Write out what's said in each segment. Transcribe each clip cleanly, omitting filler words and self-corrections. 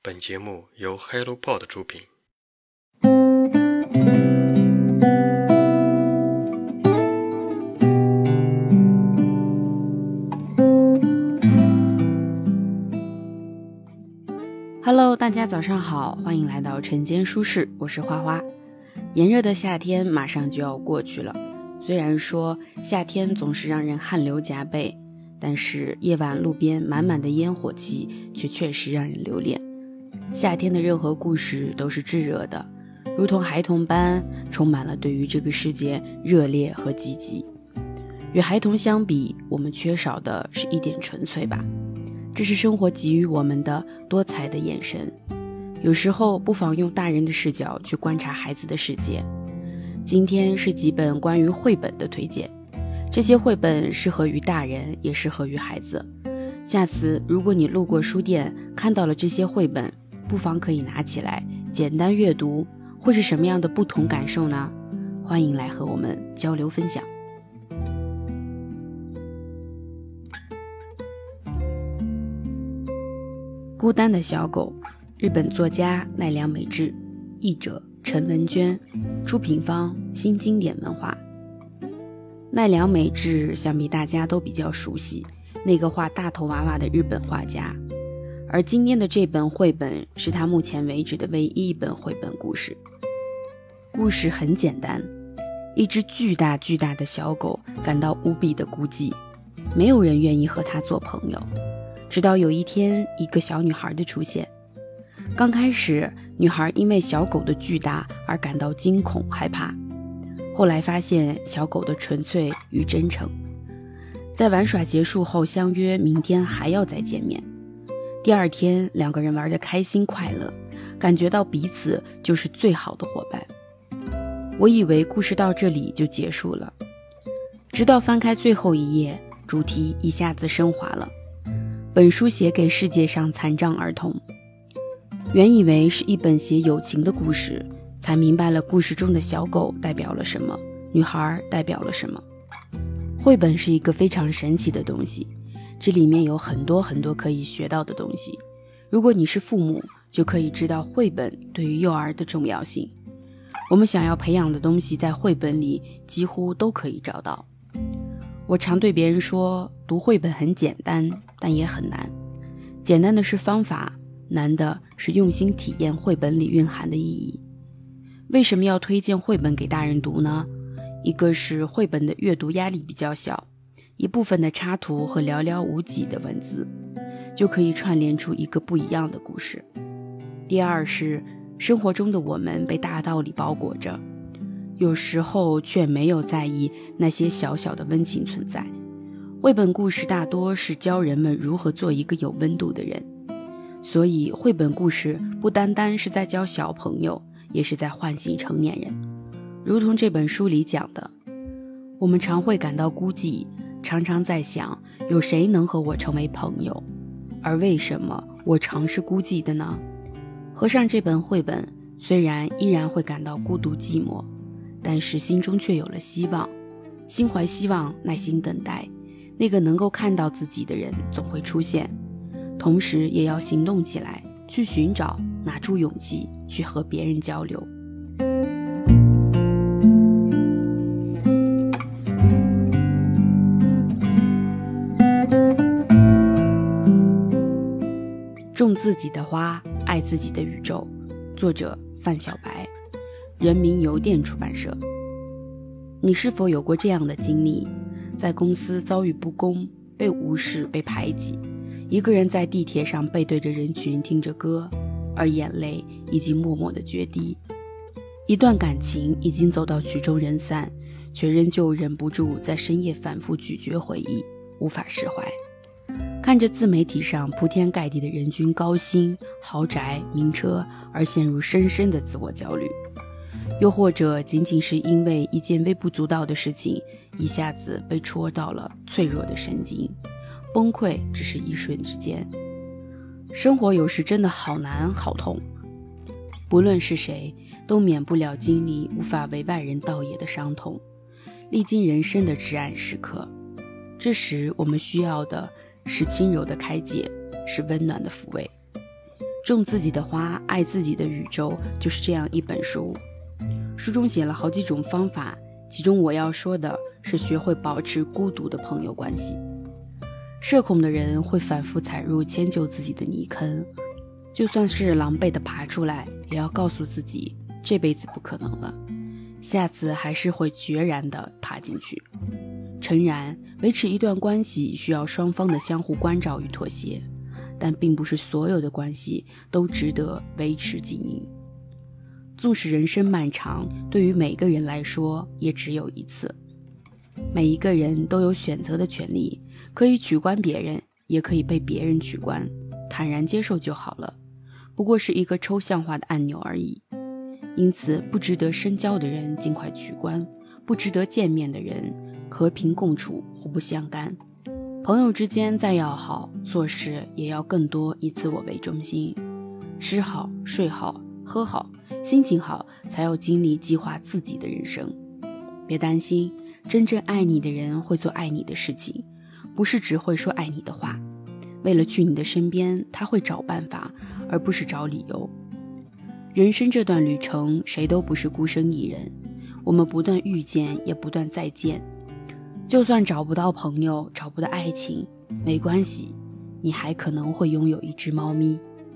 本节目由 HelloPod 出品。 Hello， 大家早上好，欢迎来到晨间书适，我是花花。炎热的夏天马上就要过去了，虽然说夏天总是让人汗流浃背，但是夜晚路边满满的烟火气却确实让人留恋。夏天的任何故事都是炙热的，如同孩童般充满了对于这个世界热烈和积极。与孩童相比，我们缺少的是一点纯粹吧，这是生活给予我们的多彩的眼神。有时候不妨用大人的视角去观察孩子的世界。今天是几本关于绘本的推荐，这些绘本适合于大人，也适合于孩子。下次如果你路过书店看到了这些绘本，不妨可以拿起来简单阅读，会是什么样的不同感受呢？欢迎来和我们交流分享。孤单的小狗，日本作家奈良美智，译者陈文娟，出品方新经典文化。奈良美智想必大家都比较熟悉，那个画大头娃娃的日本画家。而今天的这本绘本是他目前为止的唯一一本绘本故事。故事很简单，一只巨大的小狗感到无比的孤寂，没有人愿意和它做朋友。直到有一天，一个小女孩的出现。刚开始，女孩因为小狗的巨大而感到惊恐害怕，后来发现小狗的纯粹与真诚。在玩耍结束后相约明天还要再见面。第二天，两个人玩得开心快乐，感觉到彼此就是最好的伙伴。我以为故事到这里就结束了，直到翻开最后一页，主题一下子升华了。本书写给世界上残障儿童。原以为是一本写友情的故事，才明白了故事中的小狗代表了什么，女孩代表了什么。绘本是一个非常神奇的东西，这里面有很多可以学到的东西。如果你是父母，就可以知道绘本对于幼儿的重要性。我们想要培养的东西在绘本里几乎都可以找到。我常对别人说，读绘本很简单，但也很难。简单的是方法，难的是用心体验绘本里蕴含的意义。为什么要推荐绘本给大人读呢？一个是绘本的阅读压力比较小，一部分的插图和寥寥无几的文字就可以串联出一个不一样的故事。第二是生活中的我们被大道理包裹着，有时候却没有在意那些小小的温情存在。绘本故事大多是教人们如何做一个有温度的人，所以绘本故事不单单是在教小朋友，也是在唤醒成年人。如同这本书里讲的，我们常会感到孤寂，常常在想，有谁能和我成为朋友？而为什么我常是孤寂的呢？合上这本绘本，虽然依然会感到孤独寂寞，但是心中却有了希望。心怀希望，耐心等待，那个能够看到自己的人总会出现。同时也要行动起来，去寻找，拿出勇气去和别人交流。种自己的花，爱自己的宇宙。作者范小白，人民邮电出版社。你是否有过这样的经历，在公司遭遇不公，被无视，被排挤，一个人在地铁上背对着人群听着歌，而眼泪已经默默地决堤。一段感情已经走到曲终人散，却仍旧忍不住在深夜反复咀嚼回忆，无法释怀。看着自媒体上铺天盖地的人均高薪、豪宅、名车，而陷入深深的自我焦虑。又或者仅仅是因为一件微不足道的事情，一下子被戳到了脆弱的神经，崩溃只是一瞬之间。生活有时真的好难好痛，不论是谁，都免不了经历无法为外人道也的伤痛，历经人生的至暗时刻。这时我们需要的是轻柔的开解，是温暖的抚慰。 种自己的花，爱自己的宇宙，就是这样一本书。书中写了好几种方法，其中我要说的是学会保持孤独的朋友关系。社恐的人会反复踩入迁就自己的泥坑，就算是狼狈地爬出来，也要告诉自己这辈子不可能了，下次还是会决然地踏进去。诚然，维持一段关系需要双方的相互关照与妥协，但并不是所有的关系都值得维持经营。纵使人生漫长，对于每个人来说也只有一次。每一个人都有选择的权利，可以取关别人，也可以被别人取关，坦然接受就好了，不过是一个抽象化的按钮而已。因此，不值得深交的人尽快取关，不值得见面的人和平共处，互不相干。朋友之间再要好，做事也要更多以自我为中心。吃好、睡好、喝好，心情好，才有精力计划自己的人生。别担心，真正爱你的人会做爱你的事情，不是只会说爱你的话。为了去你的身边，他会找办法，而不是找理由。人生这段旅程，谁都不是孤身一人，我们不断遇见，也不断再见。就算找不到朋友，找不到爱情，没关系，你还可能会拥有一只猫咪。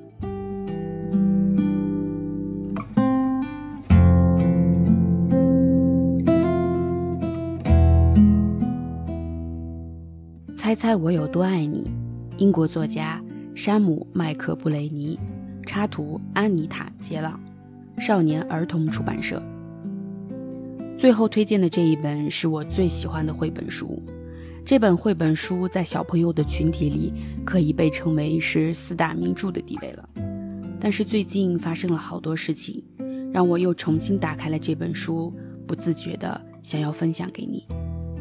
猜猜我有多爱你，英国作家山姆·麦克布雷尼，插图安妮塔·杰朗，少年儿童出版社。最后推荐的这一本是我最喜欢的绘本书。这本绘本书在小朋友的群体里可以被称为是4大名著的地位了。但是最近发生了好多事情，让我又重新打开了这本书，不自觉地想要分享给你。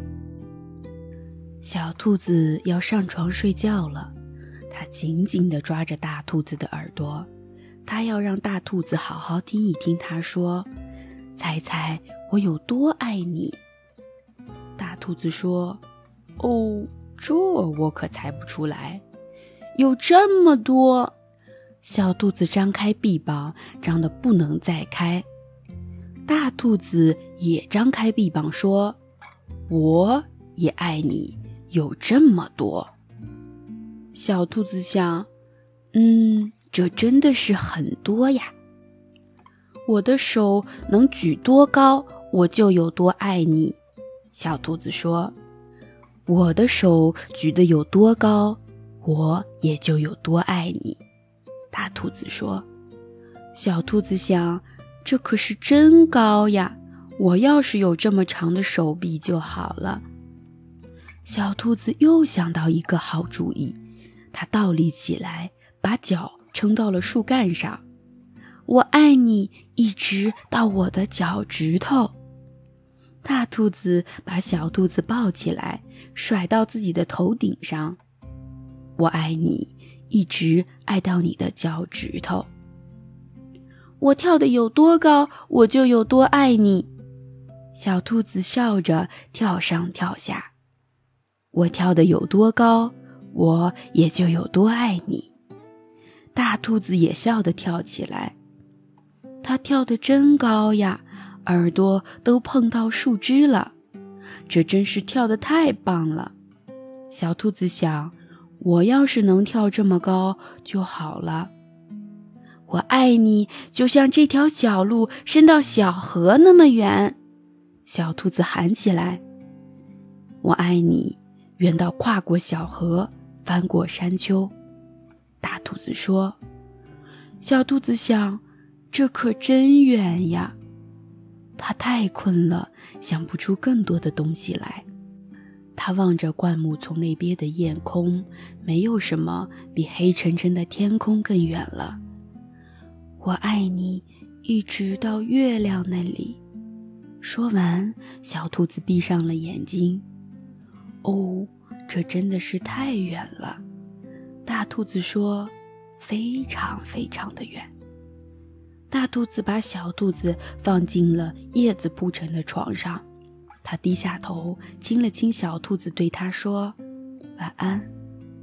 小兔子要上床睡觉了，它紧紧地抓着大兔子的耳朵，它要让大兔子好好听一听它说，猜猜我有多爱你。大兔子说，哦，这我可猜不出来，有这么多。小兔子张开臂膀，张得不能再开。大兔子也张开臂膀说，我也爱你，有这么多。小兔子想，这真的是很多呀。我的手能举多高，我就有多爱你。小兔子说，我的手举得有多高，我也就有多爱你。大兔子说。小兔子想，这可是真高呀，我要是有这么长的手臂就好了。小兔子又想到一个好主意，它倒立起来，把脚撑到了树干上。我爱你，一直到我的脚趾头。大兔子把小兔子抱起来，甩到自己的头顶上。我爱你，一直爱到你的脚趾头。我跳得有多高，我就有多爱你。小兔子笑着跳上跳下。我跳得有多高，我也就有多爱你。大兔子也笑得跳起来。它跳得真高呀，耳朵都碰到树枝了，这真是跳得太棒了。小兔子想，我要是能跳这么高就好了。我爱你，就像这条小路伸到小河那么远。小兔子喊起来。我爱你，远到跨过小河，翻过山丘。大兔子说。小兔子想，这可真远呀。它太困了，想不出更多的东西来。它望着灌木丛那边的夜空，没有什么比黑沉沉的天空更远了。我爱你，一直到月亮那里。说完，小兔子闭上了眼睛。哦，这真的是太远了。大兔子说，非常非常的远。大兔子把小兔子放进了叶子铺成的床上，他低下头亲了亲小兔子，对它说，晚安。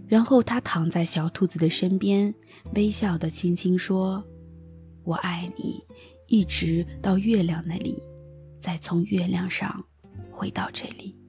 然后他躺在小兔子的身边，微笑地轻轻说：我爱你，一直到月亮那里，再从月亮上回到这里。